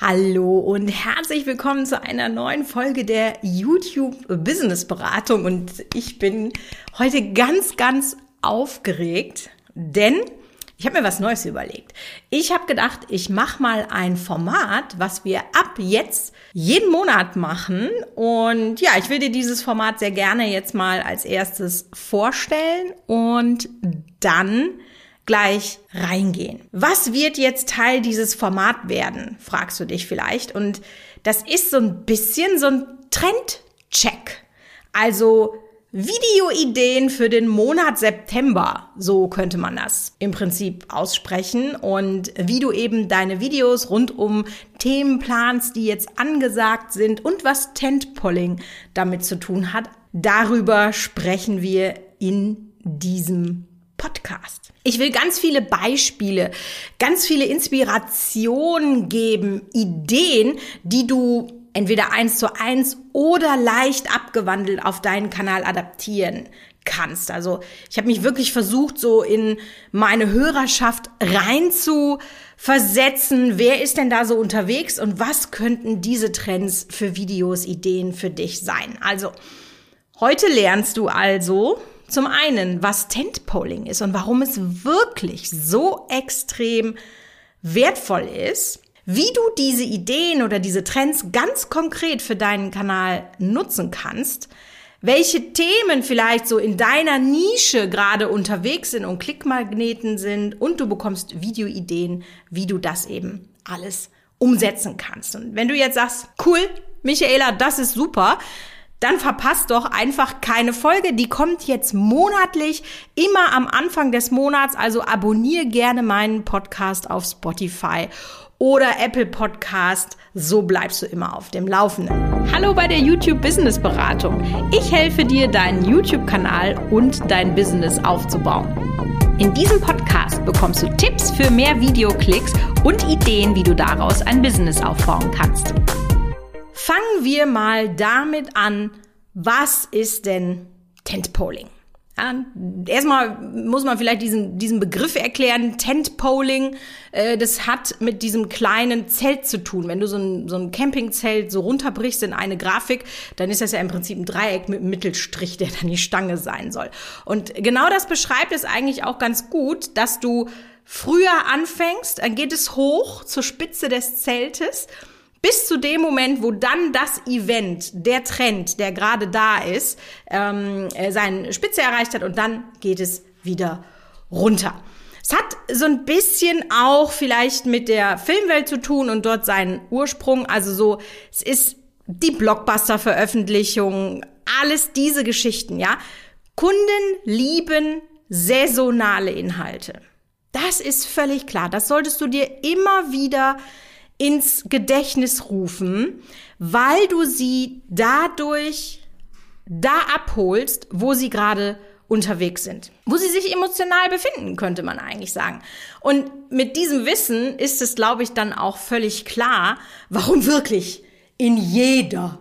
Hallo und herzlich willkommen zu einer neuen Folge der YouTube Business Beratung. Und ich bin heute ganz aufgeregt, denn ich habe mir was Neues überlegt. Ich habe gedacht, ich mache mal ein Format, was wir ab jetzt jeden Monat machen. Und ja, ich will dir dieses Format sehr gerne jetzt mal als erstes vorstellen und dann gleich reingehen. Was wird jetzt Teil dieses Formats werden, fragst du dich vielleicht. Und das ist so ein bisschen so ein Trendcheck. Also Videoideen für den Monat September, so könnte man das im Prinzip aussprechen. Und wie du eben deine Videos rund um Themen planst, die jetzt angesagt sind und was Tentpolling damit zu tun hat, darüber sprechen wir in diesem Podcast. Ich will ganz viele Beispiele, ganz viele Inspirationen geben, Ideen, die du entweder 1:1 oder leicht abgewandelt auf deinen Kanal adaptieren kannst. Also ich habe mich wirklich versucht, so in meine Hörerschaft rein zu versetzen. Wer ist denn da so unterwegs und was könnten diese Trends für Videos, Ideen für dich sein? Also heute lernst du also zum einen, was Tentpolling ist und warum es wirklich so extrem wertvoll ist, wie du diese Ideen oder diese Trends ganz konkret für deinen Kanal nutzen kannst, welche Themen vielleicht so in deiner Nische gerade unterwegs sind und Klickmagneten sind, und du bekommst Videoideen, wie du das eben alles umsetzen kannst. Und wenn du jetzt sagst, cool, Michaela, das ist super, dann verpasst doch einfach keine Folge. Die kommt jetzt monatlich, immer am Anfang des Monats. Also abonniere gerne meinen Podcast auf Spotify oder Apple Podcast. So bleibst du immer auf dem Laufenden. Hallo bei der YouTube Business Beratung. Ich helfe dir, deinen YouTube-Kanal und dein Business aufzubauen. In diesem Podcast bekommst du Tipps für mehr Videoklicks und Ideen, wie du daraus ein Business aufbauen kannst. Fangen wir mal damit an, was ist denn Tentpolling? Ja, erstmal muss man vielleicht diesen Begriff erklären. Tentpolling, das hat mit diesem kleinen Zelt zu tun. Wenn du so ein Campingzelt so runterbrichst in eine Grafik, dann ist das ja im Prinzip ein Dreieck mit einem Mittelstrich, der dann die Stange sein soll. Und genau das beschreibt es eigentlich auch ganz gut, dass du früher anfängst, dann geht es hoch zur Spitze des Zeltes, bis zu dem Moment, wo dann das Event, der Trend, der gerade da ist, seine Spitze erreicht hat, und dann geht es wieder runter. Es hat so ein bisschen auch vielleicht mit der Filmwelt zu tun und dort seinen Ursprung. Also so, es ist die Blockbuster-Veröffentlichung, alles diese Geschichten, ja. Kunden lieben saisonale Inhalte. Das ist völlig klar. Das solltest du dir immer wieder ins Gedächtnis rufen, weil du sie dadurch da abholst, wo sie gerade unterwegs sind, wo sie sich emotional befinden, könnte man eigentlich sagen. Und mit diesem Wissen ist es, glaube ich, dann auch völlig klar, warum wirklich in jeder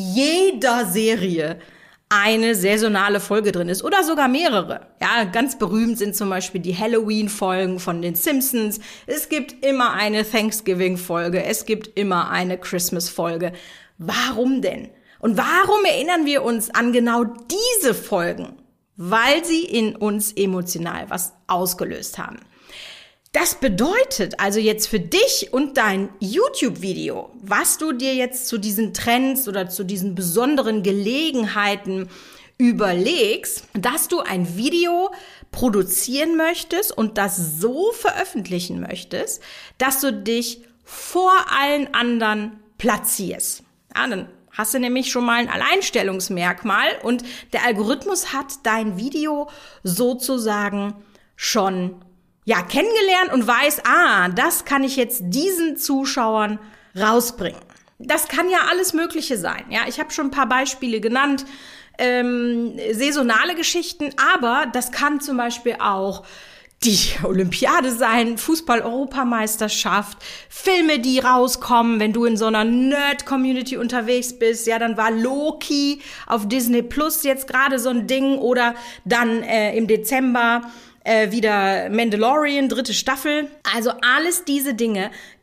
Serie eine saisonale Folge drin ist oder sogar mehrere. Ja, ganz berühmt sind zum Beispiel die Halloween-Folgen von den Simpsons. Es gibt immer eine Thanksgiving-Folge. Es gibt immer eine Christmas-Folge. Warum denn? Und warum erinnern wir uns an genau diese Folgen? Weil sie in uns emotional was ausgelöst haben. Das bedeutet also jetzt für dich und dein YouTube-Video, was du dir jetzt zu diesen Trends oder zu diesen besonderen Gelegenheiten überlegst, dass du ein Video produzieren möchtest und das so veröffentlichen möchtest, dass du dich vor allen anderen platzierst. Ja, dann hast du nämlich schon mal ein Alleinstellungsmerkmal und der Algorithmus hat dein Video sozusagen schon kennengelernt und weiß, das kann ich jetzt diesen Zuschauern rausbringen. Das kann ja alles Mögliche sein. Ja, ich habe schon ein paar Beispiele genannt, saisonale Geschichten, aber das kann zum Beispiel auch die Olympiade sein, Fußball-Europameisterschaft, Filme, die rauskommen, wenn du in so einer Nerd-Community unterwegs bist. Ja, dann war Loki auf Disney Plus jetzt gerade so ein Ding, oder dann im Dezember wieder Mandalorian, 3. Staffel. Also alles diese Dinge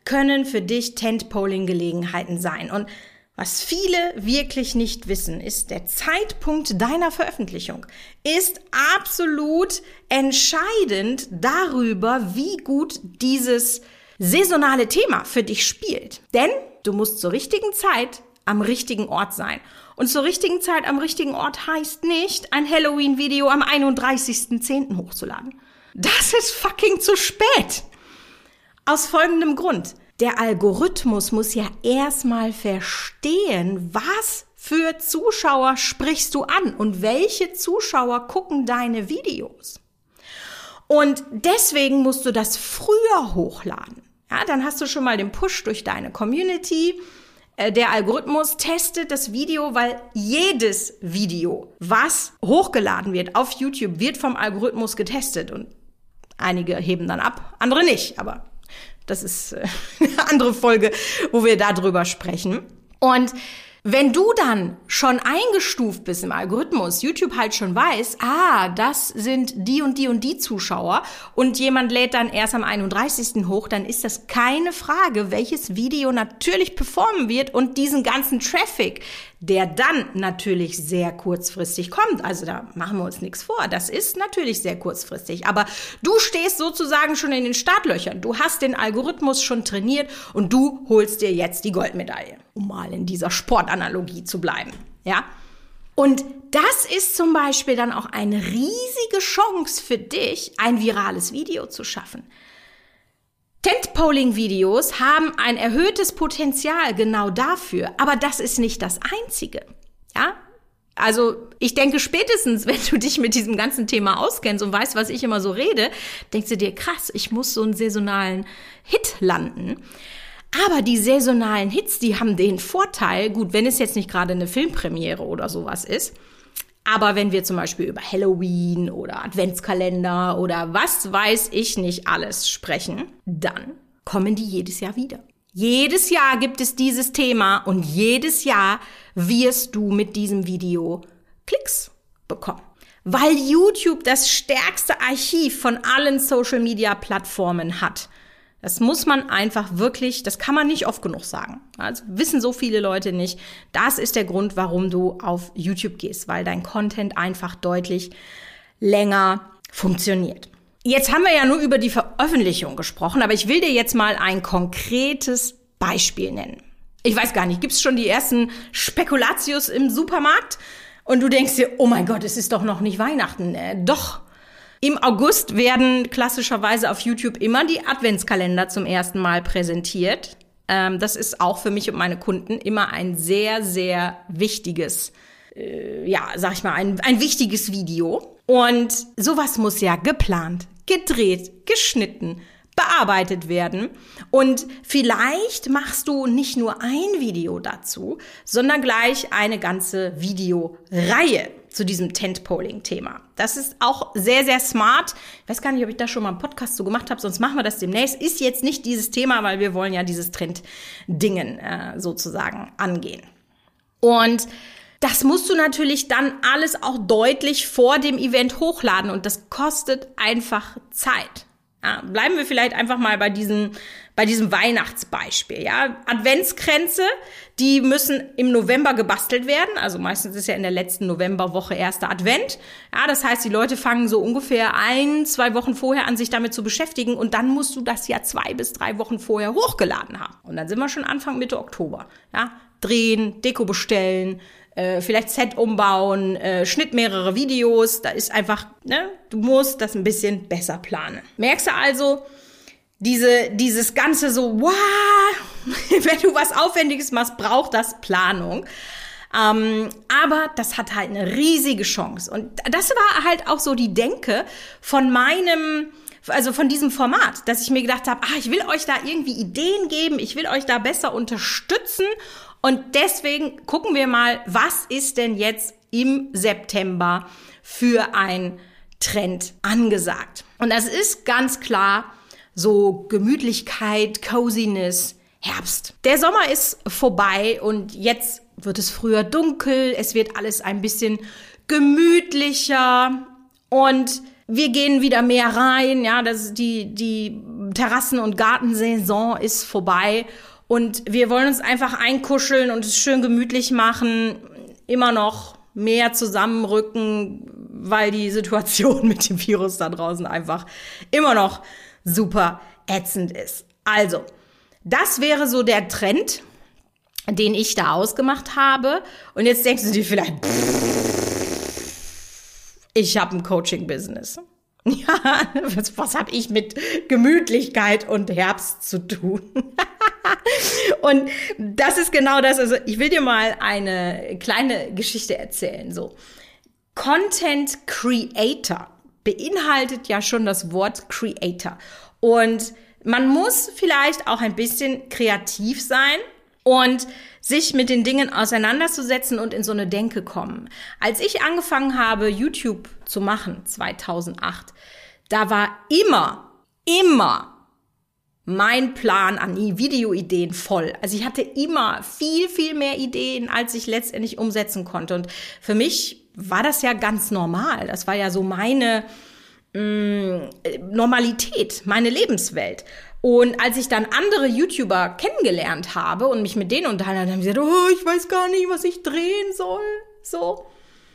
können für dich Tentpoling-Gelegenheiten sein. Und was viele wirklich nicht wissen, ist, der Zeitpunkt deiner Veröffentlichung ist absolut entscheidend darüber, wie gut dieses saisonale Thema für dich spielt. Denn du musst zur richtigen Zeit am richtigen Ort sein. Und zur richtigen Zeit am richtigen Ort heißt nicht, ein Halloween-Video am 31.10. hochzuladen. Das ist fucking zu spät. Aus folgendem Grund. Der Algorithmus muss ja erstmal verstehen, was für Zuschauer sprichst du an und welche Zuschauer gucken deine Videos. Und deswegen musst du das früher hochladen. Ja, dann hast du schon mal den Push durch deine Community. Der Algorithmus testet das Video, weil jedes Video, was hochgeladen wird auf YouTube, wird vom Algorithmus getestet. Und einige heben dann ab, andere nicht, aber das ist eine andere Folge, wo wir darüber sprechen. Und wenn du dann schon eingestuft bist im Algorithmus, YouTube halt schon weiß, das sind die und die und die Zuschauer und jemand lädt dann erst am 31. hoch, dann ist das keine Frage, welches Video natürlich performen wird und diesen ganzen Traffic, der dann natürlich sehr kurzfristig kommt. Also da machen wir uns nichts vor. Das ist natürlich sehr kurzfristig. Aber du stehst sozusagen schon in den Startlöchern. Du hast den Algorithmus schon trainiert und du holst dir jetzt die Goldmedaille, um mal in dieser Sportanalogie zu bleiben. Ja? Und das ist zum Beispiel dann auch eine riesige Chance für dich, ein virales Video zu schaffen. Tentpoling-Videos haben ein erhöhtes Potenzial genau dafür, aber das ist nicht das Einzige. Ja? Also ich denke spätestens, wenn du dich mit diesem ganzen Thema auskennst und weißt, was ich immer so rede, denkst du dir, krass, ich muss so einen saisonalen Hit landen. Aber die saisonalen Hits, die haben den Vorteil, gut, wenn es jetzt nicht gerade eine Filmpremiere oder sowas ist, aber wenn wir zum Beispiel über Halloween oder Adventskalender oder was weiß ich nicht alles sprechen, dann kommen die jedes Jahr wieder. Jedes Jahr gibt es dieses Thema und jedes Jahr wirst du mit diesem Video Klicks bekommen. Weil YouTube das stärkste Archiv von allen Social-Media-Plattformen hat. Das muss man einfach wirklich, das kann man nicht oft genug sagen. Das wissen so viele Leute nicht. Das ist der Grund, warum du auf YouTube gehst, weil dein Content einfach deutlich länger funktioniert. Jetzt haben wir ja nur über die Veröffentlichung gesprochen, aber ich will dir jetzt mal ein konkretes Beispiel nennen. Ich weiß gar nicht, gibt es schon die ersten Spekulatius im Supermarkt? Und du denkst dir, oh mein Gott, es ist doch noch nicht Weihnachten. Doch. Im August werden klassischerweise auf YouTube immer die Adventskalender zum ersten Mal präsentiert. Das ist auch für mich und meine Kunden immer ein sehr, sehr wichtiges, ein wichtiges Video. Und sowas muss ja geplant, gedreht, geschnitten, bearbeitet werden. Und vielleicht machst du nicht nur ein Video dazu, sondern gleich eine ganze Videoreihe zu diesem Tentpoling-Thema. Das ist auch sehr, sehr smart. Ich weiß gar nicht, ob ich da schon mal einen Podcast so gemacht habe, sonst machen wir das demnächst. Ist jetzt nicht dieses Thema, weil wir wollen ja dieses Trenddingen sozusagen angehen. Und das musst du natürlich dann alles auch deutlich vor dem Event hochladen und das kostet einfach Zeit. Ja, bleiben wir vielleicht einfach mal bei diesem Weihnachtsbeispiel. Ja, Adventskränze, die müssen im November gebastelt werden. Also meistens ist ja in der letzten Novemberwoche erster Advent. Ja, das heißt, die Leute fangen so ungefähr 1-2 Wochen vorher an, sich damit zu beschäftigen. Und dann musst du das ja 2 bis 3 Wochen vorher hochgeladen haben. Und dann sind wir schon Anfang Mitte Oktober. Ja, drehen, Deko bestellen, vielleicht Set umbauen, Schnitt mehrere Videos. Da ist einfach, du musst das ein bisschen besser planen. Merkst du also, dieses Ganze so, wow, wenn du was Aufwendiges machst, braucht das Planung. Aber das hat halt eine riesige Chance. Und das war halt auch so die Denke von diesem Format, dass ich mir gedacht habe, ich will euch da irgendwie Ideen geben, ich will euch da besser unterstützen. Und deswegen gucken wir mal, was ist denn jetzt im September für ein Trend angesagt? Und das ist ganz klar so Gemütlichkeit, Coziness, Herbst. Der Sommer ist vorbei und jetzt wird es früher dunkel, es wird alles ein bisschen gemütlicher und wir gehen wieder mehr rein, ja, die Terrassen- und Gartensaison ist vorbei und wir wollen uns einfach einkuscheln und es schön gemütlich machen, immer noch mehr zusammenrücken, weil die Situation mit dem Virus da draußen einfach immer noch super ätzend ist. Also, das wäre so der Trend, den ich da ausgemacht habe. Und jetzt denkst du dir vielleicht, ich habe ein Coaching-Business. Ja, was habe ich mit Gemütlichkeit und Herbst zu tun? Und das ist genau das. Also ich will dir mal eine kleine Geschichte erzählen. So, Content Creator beinhaltet ja schon das Wort Creator. Und man muss vielleicht auch ein bisschen kreativ sein und sich mit den Dingen auseinanderzusetzen und in so eine Denke kommen. Als ich angefangen habe, YouTube zu machen, 2008, da war immer mein Plan an Videoideen voll. Also ich hatte immer viel mehr Ideen, als ich letztendlich umsetzen konnte. Und für mich war das ja ganz normal. Das war ja so meine Normalität, meine Lebenswelt. Und als ich dann andere YouTuber kennengelernt habe und mich mit denen unterhalten habe, haben sie gesagt, oh, ich weiß gar nicht, was ich drehen soll. So,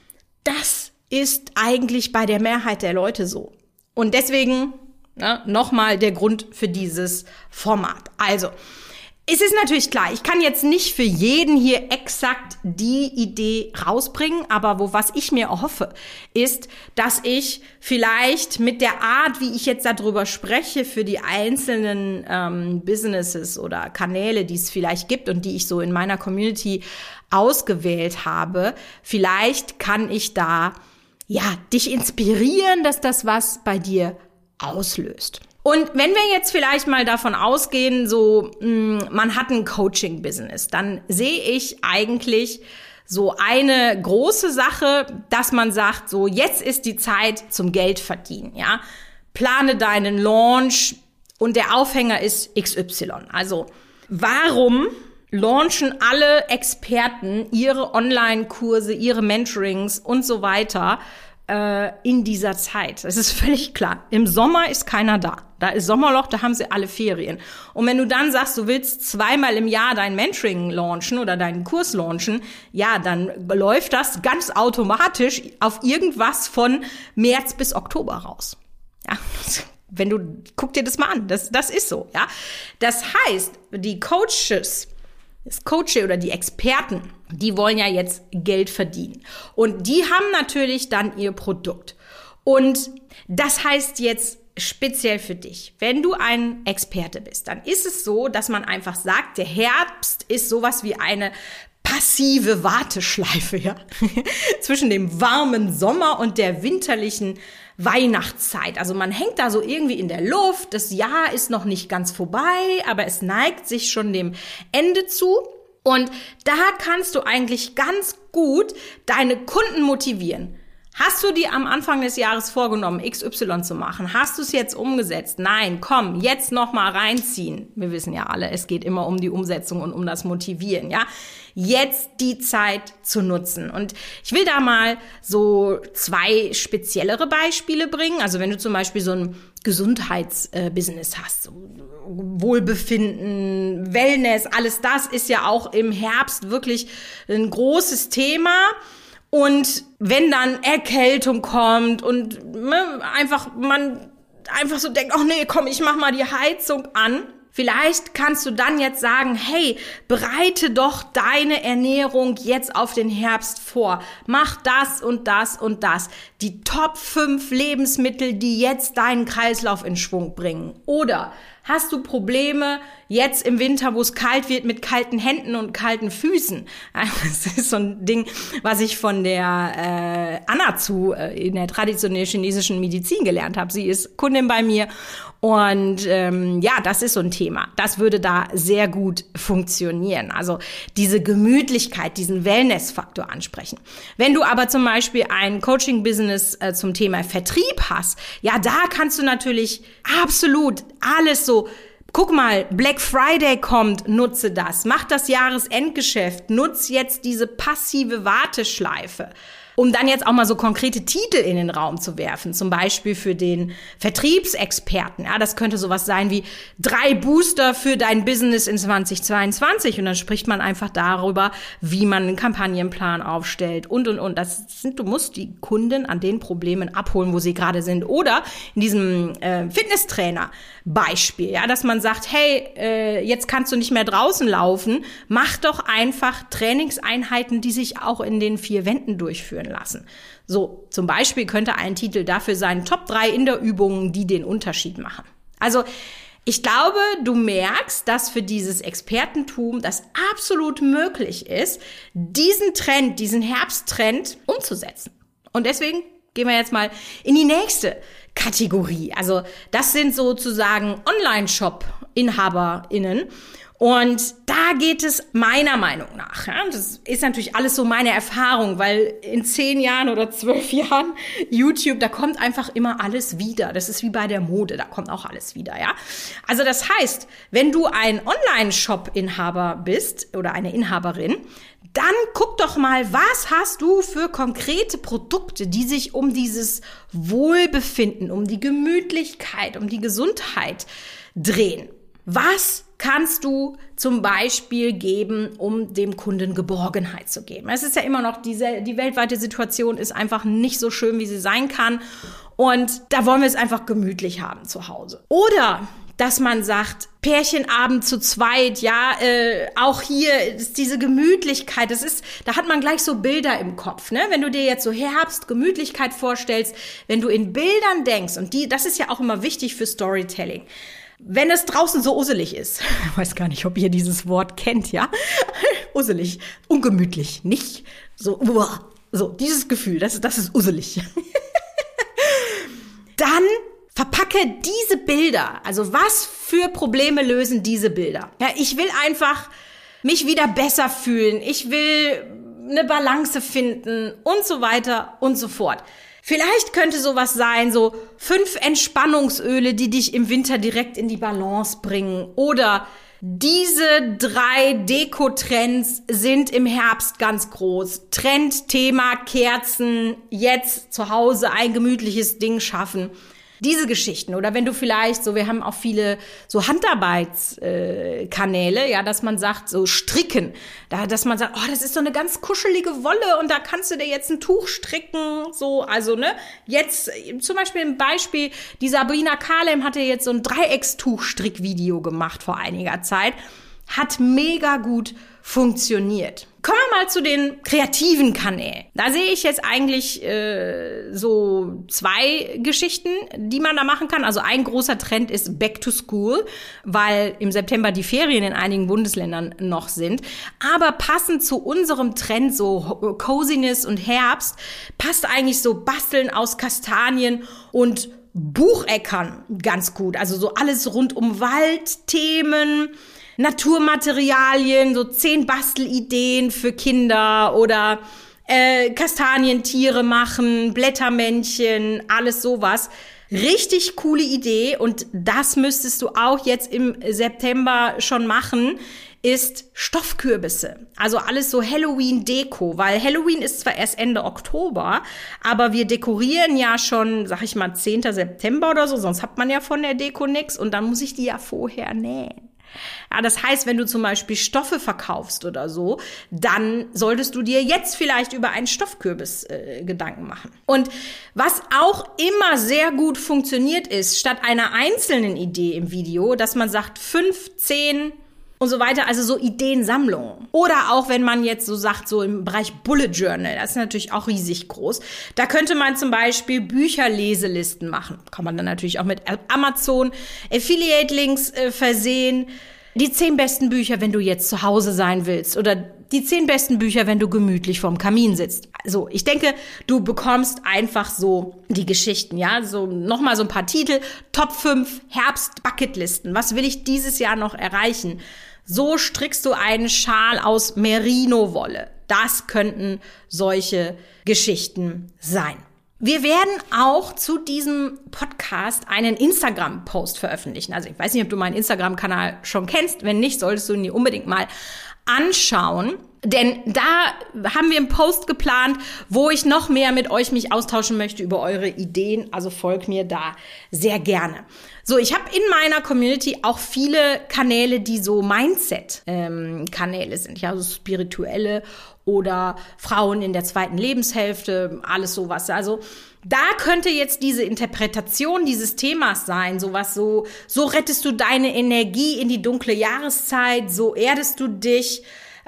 das ist eigentlich bei der Mehrheit der Leute so. Und deswegen nochmal der Grund für dieses Format. Also, es ist natürlich klar, ich kann jetzt nicht für jeden hier exakt die Idee rausbringen, aber was ich mir erhoffe, ist, dass ich vielleicht mit der Art, wie ich jetzt darüber spreche, für die einzelnen Businesses oder Kanäle, die es vielleicht gibt und die ich so in meiner Community ausgewählt habe, vielleicht kann ich da dich inspirieren, dass das was bei dir auslöst. Und wenn wir jetzt vielleicht mal davon ausgehen, so man hat ein Coaching-Business, dann sehe ich eigentlich so eine große Sache, dass man sagt, so jetzt ist die Zeit zum Geld verdienen, ja. Plane deinen Launch und der Aufhänger ist XY. Also warum launchen alle Experten ihre Online-Kurse, ihre Mentorings und so weiter in dieser Zeit? Es ist völlig klar. Im Sommer ist keiner da. Da ist Sommerloch, da haben sie alle Ferien. Und wenn du dann sagst, du willst 2-mal im Jahr dein Mentoring launchen oder deinen Kurs launchen, ja, dann läuft das ganz automatisch auf irgendwas von März bis Oktober raus. Ja, guck dir das mal an. Das ist so, ja. Das heißt, die Coaches, das Coaching oder die Experten, die wollen ja jetzt Geld verdienen. Und die haben natürlich dann ihr Produkt. Und das heißt jetzt speziell für dich, wenn du ein Experte bist, dann ist es so, dass man einfach sagt, der Herbst ist sowas wie eine passive Warteschleife, ja, zwischen dem warmen Sommer und der winterlichen Weihnachtszeit. Also man hängt da so irgendwie in der Luft, das Jahr ist noch nicht ganz vorbei, aber es neigt sich schon dem Ende zu. Und da kannst du eigentlich ganz gut deine Kunden motivieren. Hast du dir am Anfang des Jahres vorgenommen, XY zu machen? Hast du es jetzt umgesetzt? Nein, komm, jetzt noch mal reinziehen. Wir wissen ja alle, es geht immer um die Umsetzung und um das Motivieren, ja? Jetzt die Zeit zu nutzen. Und ich will da mal so 2 speziellere Beispiele bringen. Also wenn du zum Beispiel so ein Gesundheitsbusiness hast, so Wohlbefinden, Wellness, alles das ist ja auch im Herbst wirklich ein großes Thema. Und wenn dann Erkältung kommt und man einfach so denkt, ach nee, komm, ich mach mal die Heizung an. Vielleicht kannst du dann jetzt sagen, hey, bereite doch deine Ernährung jetzt auf den Herbst vor. Mach das und das und das. Die Top 5 Lebensmittel, die jetzt deinen Kreislauf in Schwung bringen. Oder hast du Probleme jetzt im Winter, wo es kalt wird, mit kalten Händen und kalten Füßen? Das ist so ein Ding, was ich von der Anna Zu in der traditionellen chinesischen Medizin gelernt habe. Sie ist Kundin bei mir und das ist so ein Thema. Das würde da sehr gut funktionieren. Also diese Gemütlichkeit, diesen Wellness-Faktor ansprechen. Wenn du aber zum Beispiel ein Coaching-Business zum Thema Vertrieb hast, ja, da kannst du natürlich absolut alles so. Guck mal, Black Friday kommt, nutze das. Mach das Jahresendgeschäft, nutz jetzt diese passive Warteschleife. Um dann jetzt auch mal so konkrete Titel in den Raum zu werfen, zum Beispiel für den Vertriebsexperten. Ja, das könnte sowas sein wie 3 Booster für dein Business in 2022. Und dann spricht man einfach darüber, wie man einen Kampagnenplan aufstellt und. Du musst die Kunden an den Problemen abholen, wo sie gerade sind. Oder in diesem Fitnesstrainer-Beispiel, ja, dass man sagt, hey, jetzt kannst du nicht mehr draußen laufen, mach doch einfach Trainingseinheiten, die sich auch in den 4 Wänden durchführen lassen. So, zum Beispiel könnte ein Titel dafür sein, Top 3 Indoor-Übungen, die den Unterschied machen. Also, ich glaube, du merkst, dass für dieses Expertentum das absolut möglich ist, diesen Trend, diesen Herbsttrend umzusetzen. Und deswegen gehen wir jetzt mal in die nächste Kategorie. Also, das sind sozusagen Online-Shop-InhaberInnen. Und da geht es meiner Meinung nach, ja, das ist natürlich alles so meine Erfahrung, weil in 10 Jahren oder 12 Jahren YouTube, da kommt einfach immer alles wieder. Das ist wie bei der Mode, da kommt auch alles wieder, ja. Also das heißt, wenn du ein Online-Shop-Inhaber bist oder eine Inhaberin, dann guck doch mal, was hast du für konkrete Produkte, die sich um dieses Wohlbefinden, um die Gemütlichkeit, um die Gesundheit drehen. Was kannst du zum Beispiel geben, um dem Kunden Geborgenheit zu geben? Es ist ja immer noch, die weltweite Situation ist einfach nicht so schön, wie sie sein kann. Und da wollen wir es einfach gemütlich haben zu Hause. Oder dass man sagt, Pärchenabend zu zweit, ja, auch hier ist diese Gemütlichkeit, da hat man gleich so Bilder im Kopf, ne? Wenn du dir jetzt so Herbst, Gemütlichkeit vorstellst, wenn du in Bildern denkst, und das ist ja auch immer wichtig für Storytelling. Wenn es draußen so usselig ist, ich weiß gar nicht, ob ihr dieses Wort kennt, ja? Usselig, ungemütlich, nicht so, dieses Gefühl, das ist usselig. Dann verpacke diese Bilder, also was für Probleme lösen diese Bilder? Ja, ich will einfach mich wieder besser fühlen, ich will eine Balance finden und so weiter und so fort. Vielleicht könnte sowas sein, so 5 Entspannungsöle, die dich im Winter direkt in die Balance bringen. Oder diese 3 Deko-Trends sind im Herbst ganz groß. Trendthema Kerzen, jetzt zu Hause ein gemütliches Ding schaffen. Diese Geschichten. Oder wenn du vielleicht wir haben auch viele so Handarbeitskanäle, ja, dass man sagt, so stricken, dass man sagt, oh, das ist so eine ganz kuschelige Wolle und da kannst du dir jetzt ein Tuch stricken, so, also, ne, jetzt zum Beispiel ein Beispiel, die Sabrina Kalem hatte jetzt so ein Dreieckstuch-Strickvideo gemacht vor einiger Zeit, hat mega gut funktioniert. Kommen wir mal zu den kreativen Kanälen. Da sehe ich jetzt eigentlich so 2 Geschichten, die man da machen kann. Also ein großer Trend ist Back to School, weil im September die Ferien in einigen Bundesländern noch sind. Aber passend zu unserem Trend, so Coziness und Herbst, passt eigentlich so Basteln aus Kastanien und Bucheckern ganz gut. Also so alles rund um Waldthemen, Naturmaterialien, so 10 Bastelideen für Kinder oder Kastanientiere machen, Blättermännchen, alles sowas. Richtig coole Idee und das müsstest du auch jetzt im September schon machen, ist Stoffkürbisse. Also alles so Halloween-Deko, weil Halloween ist zwar erst Ende Oktober, aber wir dekorieren ja schon, sag ich mal, 10. September oder so, sonst hat man ja von der Deko nix und dann muss ich die ja vorher nähen. Ja, das heißt, wenn du zum Beispiel Stoffe verkaufst oder so, dann solltest du dir jetzt vielleicht über einen Stoffkürbis Gedanken machen. Und was auch immer sehr gut funktioniert ist, statt einer einzelnen Idee im Video, dass man sagt 5, 10 und so weiter, also so Ideensammlungen. Oder auch, wenn man jetzt so sagt, so im Bereich Bullet Journal, das ist natürlich auch riesig groß. Da könnte man zum Beispiel Bücherleselisten machen. Kann man dann natürlich auch mit Amazon Affiliate-Links versehen. Die 10 besten Bücher, wenn du jetzt zu Hause sein willst. Oder die 10 besten Bücher, wenn du gemütlich vorm Kamin sitzt. Also, ich denke, du bekommst einfach so die Geschichten, ja. So, nochmal so ein paar Titel. Top 5 Herbst-Bucketlisten. Was will ich dieses Jahr noch erreichen? So strickst du einen Schal aus Merino-Wolle. Das könnten solche Geschichten sein. Wir werden auch zu diesem Podcast einen Instagram-Post veröffentlichen. Also ich weiß nicht, ob du meinen Instagram-Kanal schon kennst. Wenn nicht, solltest du ihn dir unbedingt mal anschauen. Denn da haben wir einen Post geplant, wo ich noch mehr mit euch mich austauschen möchte über eure Ideen. Also folgt mir da sehr gerne. So, ich habe in meiner Community auch viele Kanäle, die so Mindset-Kanäle sind. Ja, so spirituelle oder Frauen in der zweiten Lebenshälfte, alles sowas. Also da könnte jetzt diese Interpretation dieses Themas sein, sowas so rettest du deine Energie in die dunkle Jahreszeit, so erdest du dich.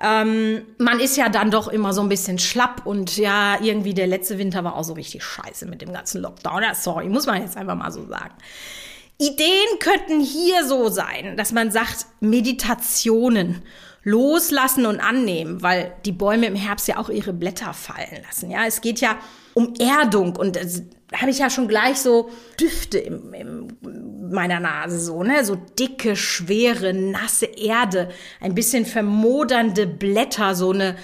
Man ist ja dann doch immer so ein bisschen schlapp und ja, irgendwie der letzte Winter war auch so richtig scheiße mit dem ganzen Lockdown. Ja, sorry, muss man jetzt einfach mal so sagen. Ideen könnten hier so sein, dass man sagt, Meditationen, loslassen und annehmen, weil die Bäume im Herbst ja auch ihre Blätter fallen lassen. Ja, es geht ja um Erdung und da habe ich ja schon gleich so Düfte in meiner Nase, so dicke, schwere, nasse Erde, ein bisschen vermodernde Blätter, so eine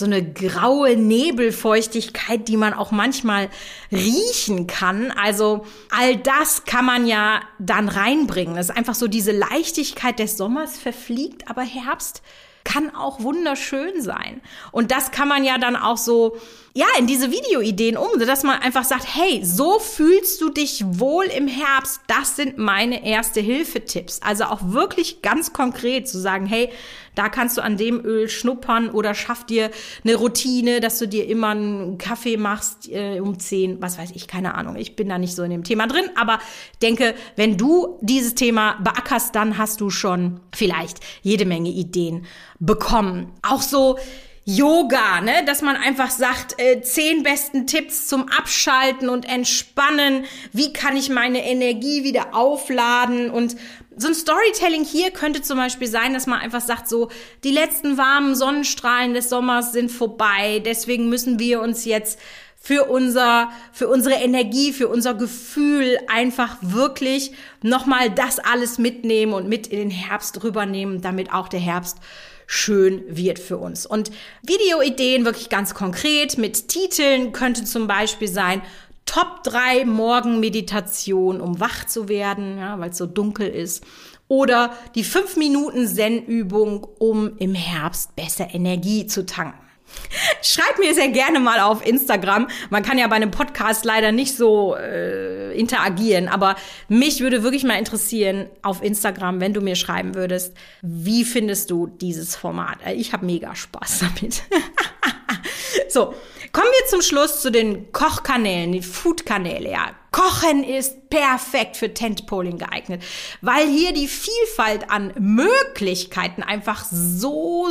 graue Nebelfeuchtigkeit, die man auch manchmal riechen kann. Also all das kann man ja dann reinbringen. Das ist einfach so, diese Leichtigkeit des Sommers verfliegt, aber Herbst kann auch wunderschön sein. Und das kann man ja dann auch so, ja, in diese Videoideen dass man einfach sagt, hey, so fühlst du dich wohl im Herbst. Das sind meine Erste-Hilfe-Tipps. Also auch wirklich ganz konkret zu sagen, hey, da kannst du an dem Öl schnuppern oder schaff dir eine Routine, dass du dir immer einen Kaffee machst um 10, was weiß ich, keine Ahnung. Ich bin da nicht so in dem Thema drin, aber denke, wenn du dieses Thema beackerst, dann hast du schon vielleicht jede Menge Ideen bekommen. Auch so Yoga, dass man einfach sagt, 10 besten Tipps zum Abschalten und Entspannen. Wie kann ich meine Energie wieder aufladen? Und so ein Storytelling hier könnte zum Beispiel sein, dass man einfach sagt, so, die letzten warmen Sonnenstrahlen des Sommers sind vorbei. Deswegen müssen wir uns jetzt für unsere Energie, für unser Gefühl einfach wirklich nochmal das alles mitnehmen und mit in den Herbst rübernehmen, damit auch der Herbst schön wird für uns. Und Videoideen wirklich ganz konkret mit Titeln könnte zum Beispiel sein, Top 3 Morgenmeditation, um wach zu werden, ja, weil es so dunkel ist. Oder die 5 Minuten Zen-Übung, um im Herbst besser Energie zu tanken. Schreibt mir sehr gerne mal auf Instagram. Man kann ja bei einem Podcast leider nicht so interagieren, aber mich würde wirklich mal interessieren auf Instagram, wenn du mir schreiben würdest, wie findest du dieses Format? Ich habe mega Spaß damit. So, kommen wir zum Schluss zu den Kochkanälen, die Foodkanäle. Ja, Kochen ist perfekt für Tentpoling geeignet, weil hier die Vielfalt an Möglichkeiten einfach so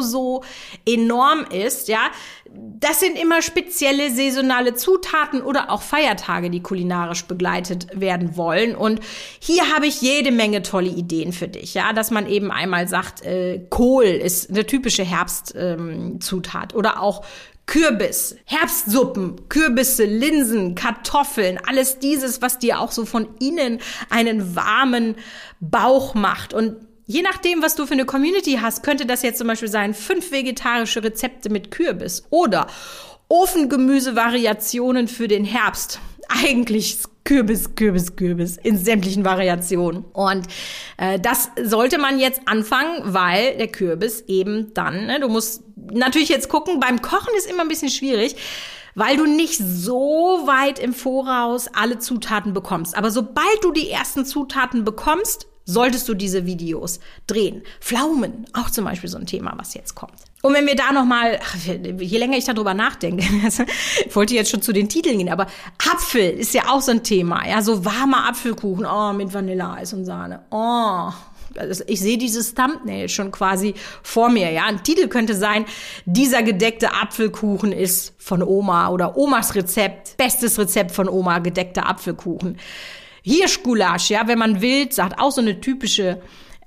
enorm ist, ja. Das sind immer spezielle saisonale Zutaten oder auch Feiertage, die kulinarisch begleitet werden wollen. Und hier habe ich jede Menge tolle Ideen für dich, ja, dass man eben einmal sagt, Kohl ist eine typische Herbstzutat oder auch Kürbis, Herbstsuppen, Kürbisse, Linsen, Kartoffeln, alles dieses, was dir auch so von innen einen warmen Bauch macht. Und je nachdem, was du für eine Community hast, könnte das jetzt zum Beispiel sein, 5 vegetarische Rezepte mit Kürbis oder Ofengemüse-Variationen für den Herbst. Eigentlich Kürbis in sämtlichen Variationen. Und das sollte man jetzt anfangen, weil der Kürbis eben dann, du musst natürlich jetzt gucken, beim Kochen ist immer ein bisschen schwierig, weil du nicht so weit im Voraus alle Zutaten bekommst. Aber sobald du die ersten Zutaten bekommst, solltest du diese Videos drehen. Pflaumen, auch zum Beispiel so ein Thema, was jetzt kommt. Und wenn wir da nochmal, je länger ich darüber nachdenke, ich wollte jetzt schon zu den Titeln gehen, aber Apfel ist ja auch so ein Thema, ja, so warmer Apfelkuchen, mit Vanilleeis und Sahne, also ich sehe dieses Thumbnail schon quasi vor mir, ja. Ein Titel könnte sein, dieser gedeckte Apfelkuchen ist von Oma oder Omas Rezept, bestes Rezept von Oma, gedeckter Apfelkuchen. Hirschgulasch, ja, wenn man will, sagt auch so eine typische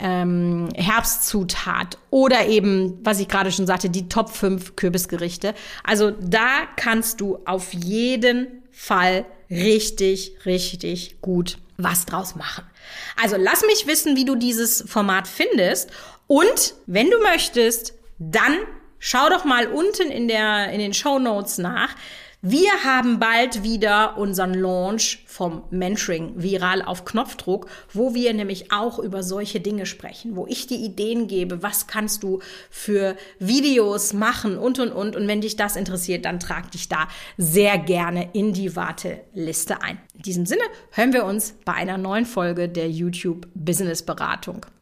Herbstzutat. Oder eben, was ich gerade schon sagte, die Top 5 Kürbisgerichte. Also da kannst du auf jeden Fall richtig gut was draus machen. Also lass mich wissen, wie du dieses Format findest. Und wenn du möchtest, dann schau doch mal unten in den Shownotes nach. Wir haben bald wieder unseren Launch vom Mentoring Viral auf Knopfdruck, wo wir nämlich auch über solche Dinge sprechen, wo ich dir Ideen gebe, was kannst du für Videos machen und. Und wenn dich das interessiert, dann trag dich da sehr gerne in die Warteliste ein. In diesem Sinne hören wir uns bei einer neuen Folge der YouTube Business Beratung.